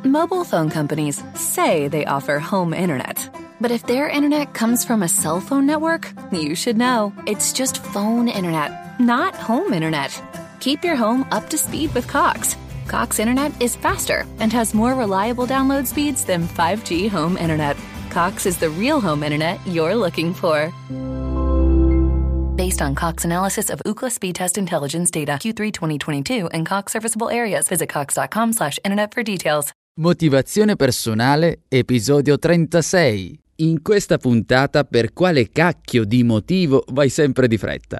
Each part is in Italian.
Mobile phone companies say they offer home internet. But if their internet comes from a cell phone network, you should know. It's just phone internet, not home internet. Keep your home up to speed with Cox. Cox Internet is faster and has more reliable download speeds than 5G home internet. Cox is the real home internet you're looking for. Based on Cox analysis of Ookla speed test intelligence data Q3 2022 and Cox serviceable areas, visit cox.com/internet for details. Motivazione personale, episodio 36. In questa puntata, per quale cacchio di motivo vai sempre di fretta?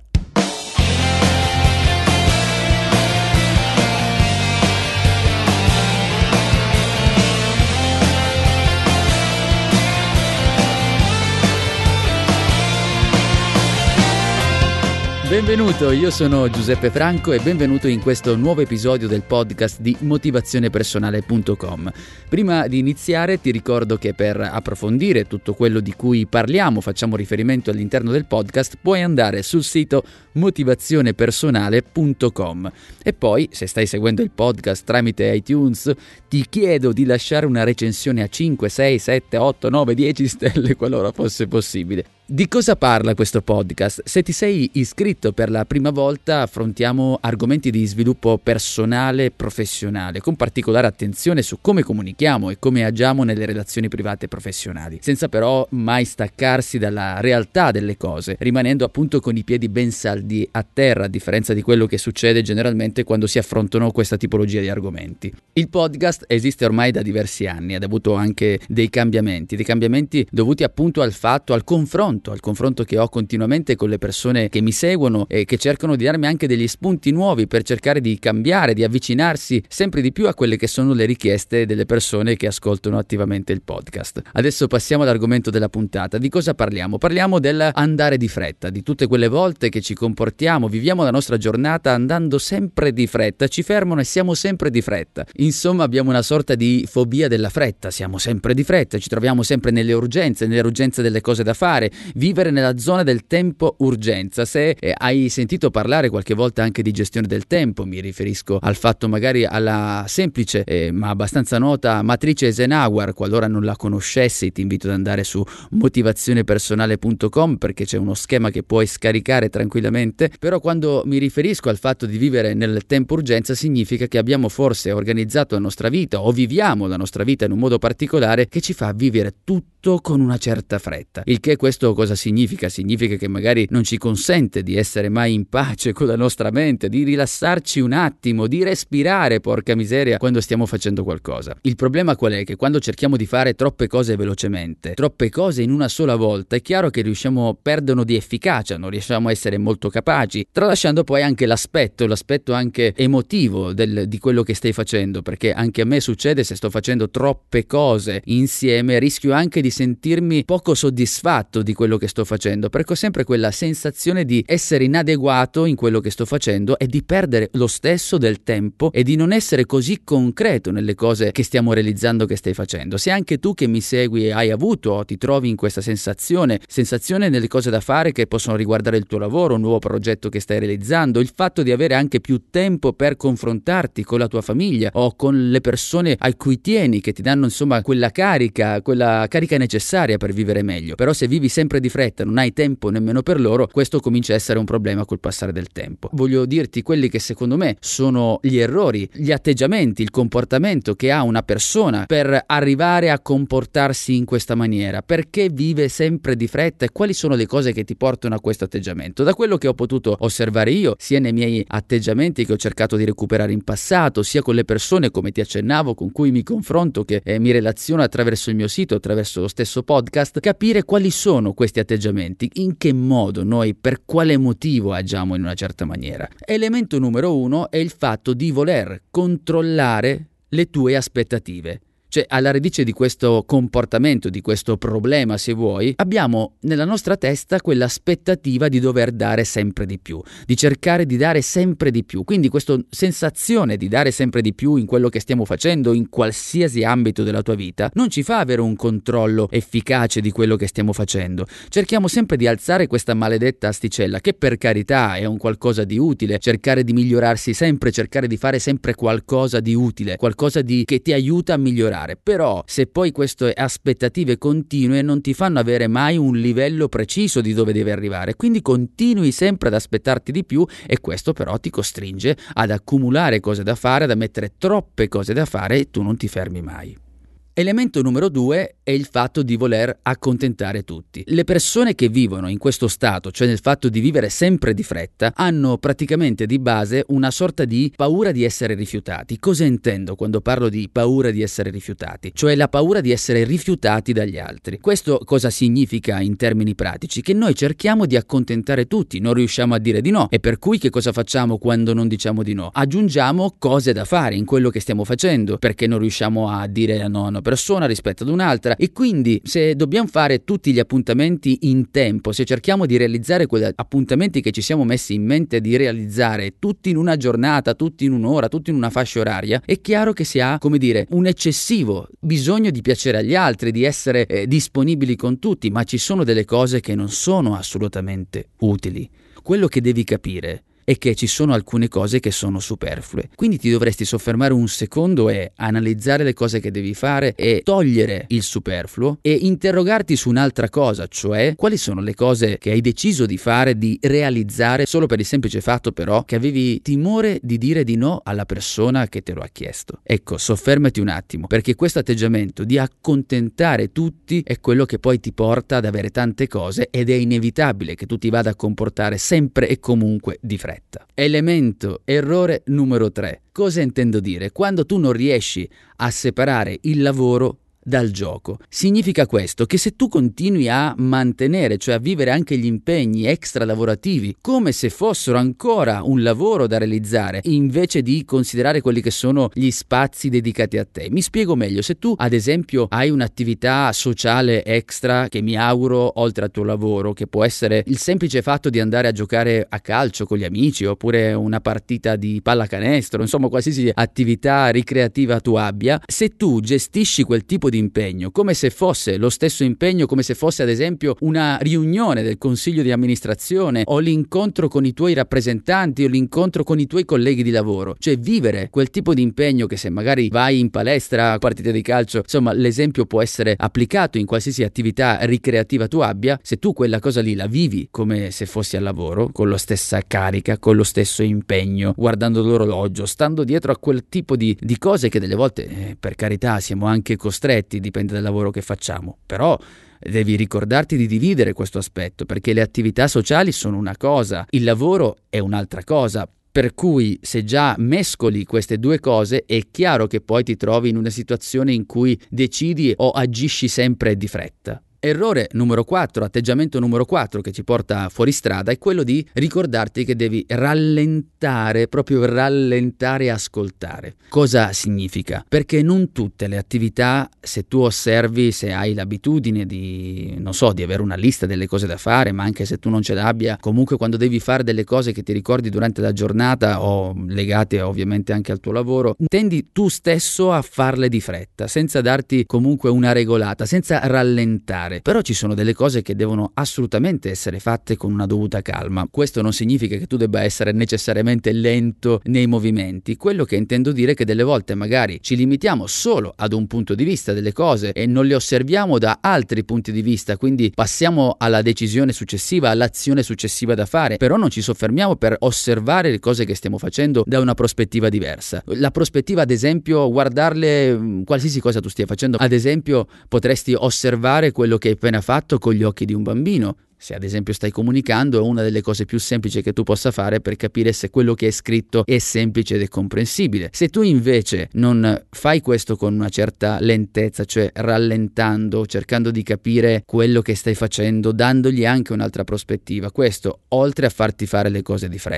Benvenuto, io sono Giuseppe Franco e benvenuto in questo nuovo episodio del podcast di motivazionepersonale.com. Prima di iniziare ti ricordo che per approfondire tutto quello di cui parliamo, facciamo riferimento all'interno del podcast, puoi andare sul sito motivazionepersonale.com. E poi, se stai seguendo il podcast tramite iTunes, ti chiedo di lasciare una recensione a 5, 6, 7, 8, 9, 10 stelle qualora fosse possibile. Di cosa parla questo podcast? Se ti sei iscritto per la prima volta, affrontiamo argomenti di sviluppo personale e professionale, con particolare attenzione su come comunichiamo e come agiamo nelle relazioni private e professionali, senza però mai staccarsi dalla realtà delle cose, rimanendo appunto con i piedi ben saldi a terra, a differenza di quello che succede generalmente quando si affrontano questa tipologia di argomenti. Il podcast esiste ormai da diversi anni, ed ha avuto anche dei cambiamenti dovuti appunto al confronto che ho continuamente con le persone che mi seguono e che cercano di darmi anche degli spunti nuovi per cercare di cambiare, di avvicinarsi sempre di più a quelle che sono le richieste delle persone che ascoltano attivamente il podcast. Adesso passiamo all'argomento della puntata. Di cosa parliamo? Parliamo dell'andare di fretta, di tutte quelle volte che ci comportiamo, viviamo la nostra giornata andando sempre di fretta, ci fermano e siamo sempre di fretta. Insomma, abbiamo una sorta di fobia della fretta, siamo sempre di fretta, ci troviamo sempre nelle urgenze delle cose da fare, vivere nella zona del tempo urgenza. Se hai sentito parlare qualche volta anche di gestione del tempo, mi riferisco al fatto magari alla semplice ma abbastanza nota matrice Eisenhower. Qualora non la conoscessi, ti invito ad andare su motivazionepersonale.com perché c'è uno schema che puoi scaricare tranquillamente. Però quando mi riferisco al fatto di vivere nel tempo urgenza, significa che abbiamo forse organizzato la nostra vita o viviamo la nostra vita in un modo particolare che ci fa vivere tutto con una certa fretta. Il che questo cosa significa? Significa che magari non ci consente di essere mai in pace con la nostra mente, di rilassarci un attimo, di respirare, porca miseria, quando stiamo facendo qualcosa. Il problema qual è? Che quando cerchiamo di fare troppe cose velocemente, troppe cose in una sola volta, è chiaro che perdono di efficacia, non riusciamo a essere molto capaci, tralasciando poi anche l'aspetto anche emotivo di quello che stai facendo, perché anche a me succede, se sto facendo troppe cose insieme, rischio anche di sentirmi poco soddisfatto di quello che sto facendo, perché ho sempre quella sensazione di essere inadeguato in quello che sto facendo e di perdere lo stesso del tempo e di non essere così concreto nelle cose che stiamo realizzando, che stai facendo. Se anche tu che mi segui hai avuto o ti trovi in questa sensazione nelle cose da fare che possono riguardare il tuo lavoro, un nuovo progetto che stai realizzando, il fatto di avere anche più tempo per confrontarti con la tua famiglia o con le persone a cui tieni, che ti danno insomma quella carica necessaria per vivere meglio. Però se vivi sempre di fretta, non hai tempo nemmeno per loro, questo comincia a essere un problema col passare del tempo. Voglio dirti quelli che secondo me sono gli errori, gli atteggiamenti, il comportamento che ha una persona per arrivare a comportarsi in questa maniera. Perché vive sempre di fretta e quali sono le cose che ti portano a questo atteggiamento? Da quello che ho potuto osservare io, sia nei miei atteggiamenti che ho cercato di recuperare in passato, sia con le persone, come ti accennavo, con cui mi confronto, che mi relaziono attraverso il mio sito, attraverso lo stesso podcast, capire quali sono questi atteggiamenti, in che modo noi, per quale motivo agiamo in una certa maniera. Elemento numero 1 è il fatto di voler controllare le tue aspettative. Cioè, alla radice di questo comportamento, di questo problema, se vuoi, abbiamo nella nostra testa quell'aspettativa di dover dare sempre di più, di cercare di dare sempre di più. Quindi questa sensazione di dare sempre di più in quello che stiamo facendo, in qualsiasi ambito della tua vita, non ci fa avere un controllo efficace di quello che stiamo facendo. Cerchiamo sempre di alzare questa maledetta asticella, che per carità è un qualcosa di utile, cercare di migliorarsi sempre, cercare di fare sempre qualcosa di utile, qualcosa che ti aiuta a migliorare. Però se poi queste aspettative continue non ti fanno avere mai un livello preciso di dove devi arrivare, quindi continui sempre ad aspettarti di più, e questo però ti costringe ad accumulare cose da fare, ad mettere troppe cose da fare, e tu non ti fermi mai. Elemento numero 2 è il fatto di voler accontentare tutti. Le persone che vivono in questo stato, cioè nel fatto di vivere sempre di fretta, hanno praticamente di base una sorta di paura di essere rifiutati. Cosa intendo quando parlo di paura di essere rifiutati? Cioè la paura di essere rifiutati dagli altri. Questo cosa significa in termini pratici? Che noi cerchiamo di accontentare tutti, non riusciamo a dire di no, e per cui che cosa facciamo quando non diciamo di no? Aggiungiamo cose da fare in quello che stiamo facendo, perché non riusciamo a dire no a una persona rispetto ad un'altra, e quindi se dobbiamo fare tutti gli appuntamenti in tempo, se cerchiamo di realizzare quegli appuntamenti che ci siamo messi in mente di realizzare tutti in una giornata, tutti in un'ora, tutti in una fascia oraria, è chiaro che si ha, come dire, un eccessivo bisogno di piacere agli altri, di essere disponibili con tutti, ma ci sono delle cose che non sono assolutamente utili. Quello che devi capire è che ci sono alcune cose che sono superflue, quindi ti dovresti soffermare un secondo e analizzare le cose che devi fare e togliere il superfluo e interrogarti su un'altra cosa, cioè quali sono le cose che hai deciso di fare, di realizzare, solo per il semplice fatto però che avevi timore di dire di no alla persona che te lo ha chiesto. Ecco, soffermati un attimo, perché questo atteggiamento di accontentare tutti è quello che poi ti porta ad avere tante cose, ed è inevitabile che tu ti vada a comportare sempre e comunque di fretta. Elemento errore numero 3. Cosa intendo dire? Quando tu non riesci a separare il lavoro dal gioco. Significa questo, che se tu continui a mantenere, cioè a vivere anche gli impegni extra lavorativi come se fossero ancora un lavoro da realizzare, invece di considerare quelli che sono gli spazi dedicati a te. Mi spiego meglio: se tu ad esempio hai un'attività sociale extra, che mi auguro oltre al tuo lavoro, che può essere il semplice fatto di andare a giocare a calcio con gli amici, oppure una partita di pallacanestro, insomma qualsiasi attività ricreativa tu abbia, se tu gestisci quel tipo di impegno come se fosse lo stesso impegno, come se fosse ad esempio una riunione del consiglio di amministrazione o l'incontro con i tuoi rappresentanti o l'incontro con i tuoi colleghi di lavoro, cioè vivere quel tipo di impegno, che se magari vai in palestra, partita di calcio, insomma l'esempio può essere applicato in qualsiasi attività ricreativa tu abbia, se tu quella cosa lì la vivi come se fossi al lavoro, con la stessa carica, con lo stesso impegno, guardando l'orologio, stando dietro a quel tipo di cose che delle volte per carità siamo anche costretti, dipende dal lavoro che facciamo, però devi ricordarti di dividere questo aspetto, perché le attività sociali sono una cosa, il lavoro è un'altra cosa. Per cui se già mescoli queste due cose è chiaro che poi ti trovi in una situazione in cui decidi o agisci sempre di fretta. Errore numero 4, atteggiamento numero 4 che ci porta fuori strada è quello di ricordarti che devi rallentare, proprio rallentare e ascoltare. Cosa significa? Perché non tutte le attività, se tu osservi, se hai l'abitudine di, non so, di avere una lista delle cose da fare, ma anche se tu non ce l'abbia, comunque quando devi fare delle cose che ti ricordi durante la giornata o legate ovviamente anche al tuo lavoro, tendi tu stesso a farle di fretta, senza darti comunque una regolata, senza rallentare. Però ci sono delle cose che devono assolutamente essere fatte con una dovuta calma. Questo non significa che tu debba essere necessariamente lento nei movimenti. Quello che intendo dire è che delle volte magari ci limitiamo solo ad un punto di vista delle cose e non le osserviamo da altri punti di vista, quindi passiamo alla decisione successiva, all'azione successiva da fare, però non ci soffermiamo per osservare le cose che stiamo facendo da una prospettiva diversa. La prospettiva, ad esempio, guardarle qualsiasi cosa tu stia facendo. Ad esempio potresti osservare quello che hai appena fatto con gli occhi di un bambino. Se ad esempio stai comunicando, è una delle cose più semplici che tu possa fare per capire se quello che è scritto è semplice ed è comprensibile. Se tu invece non fai questo con una certa lentezza, cioè rallentando, cercando di capire quello che stai facendo, dandogli anche un'altra prospettiva, questo oltre a farti fare le cose di fretta,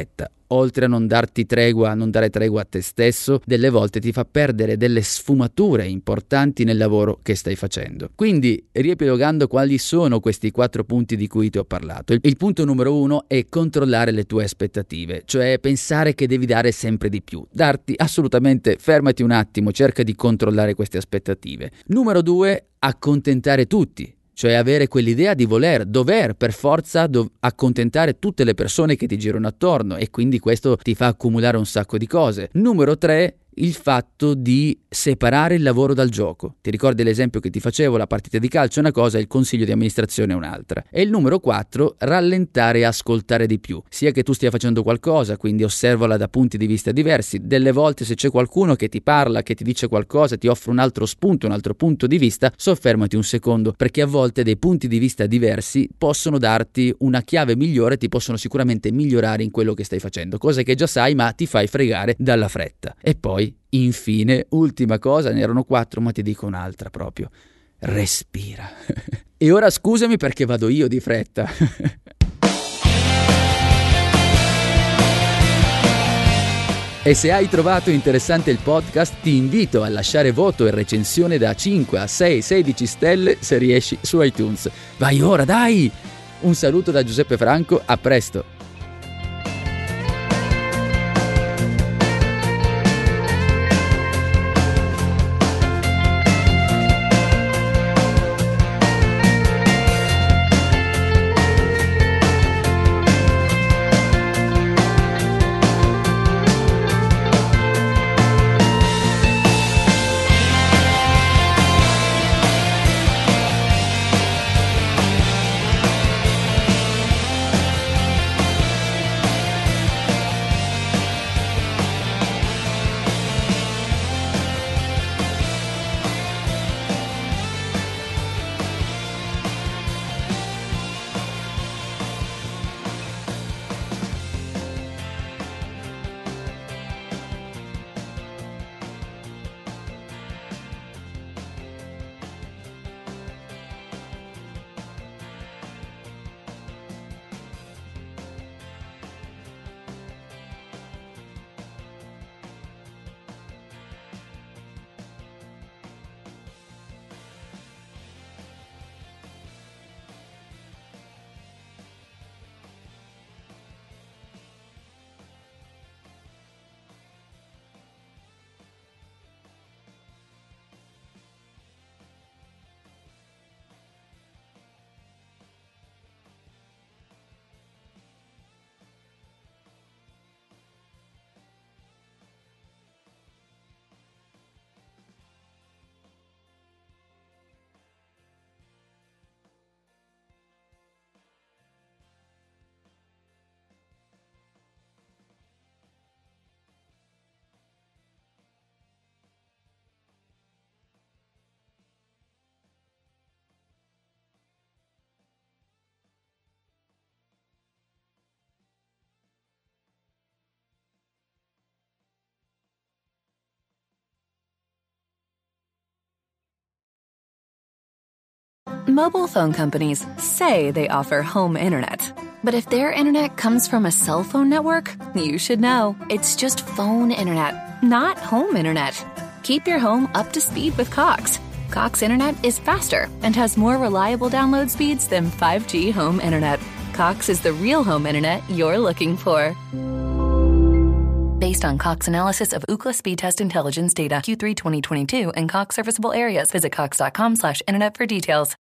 oltre a non dare tregua a te stesso, delle volte ti fa perdere delle sfumature importanti nel lavoro che stai facendo. Quindi, riepilogando, quali sono questi 4 punti di cui ti ho parlato? Il punto numero 1 è controllare le tue aspettative, cioè pensare che devi dare sempre di più. Assolutamente, fermati un attimo, cerca di controllare queste aspettative. Numero 2, accontentare tutti. Cioè avere quell'idea di dover per forza accontentare tutte le persone che ti girano attorno, e quindi questo ti fa accumulare un sacco di cose. Numero 3, il fatto di separare il lavoro dal gioco. Ti ricordi l'esempio che ti facevo? La partita di calcio è una cosa, il consiglio di amministrazione è un'altra. E il numero 4, rallentare e ascoltare di più. Sia che tu stia facendo qualcosa, quindi osservala da punti di vista diversi. Delle volte, se c'è qualcuno che ti parla, che ti dice qualcosa, ti offre un altro spunto, un altro punto di vista, soffermati un secondo, perché a volte dei punti di vista diversi possono darti una chiave migliore, ti possono sicuramente migliorare in quello che stai facendo, cosa che già sai ma ti fai fregare dalla fretta. E poi, infine, ultima cosa, ne erano 4 ma ti dico un'altra proprio: respira. E ora scusami perché vado io di fretta. E se hai trovato interessante il podcast, ti invito a lasciare voto e recensione da 5 a 6, 16 stelle se riesci su iTunes. Vai ora, dai! Un saluto da Giuseppe Franco, a presto! Mobile phone companies say they offer home internet. But if their internet comes from a cell phone network, you should know. It's just phone internet, not home internet. Keep your home up to speed with Cox. Cox internet is faster and has more reliable download speeds than 5G home internet. Cox is the real home internet you're looking for. Based on Cox analysis of Ookla speed test intelligence data Q3 2022 and Cox serviceable areas, visit cox.com/internet for details.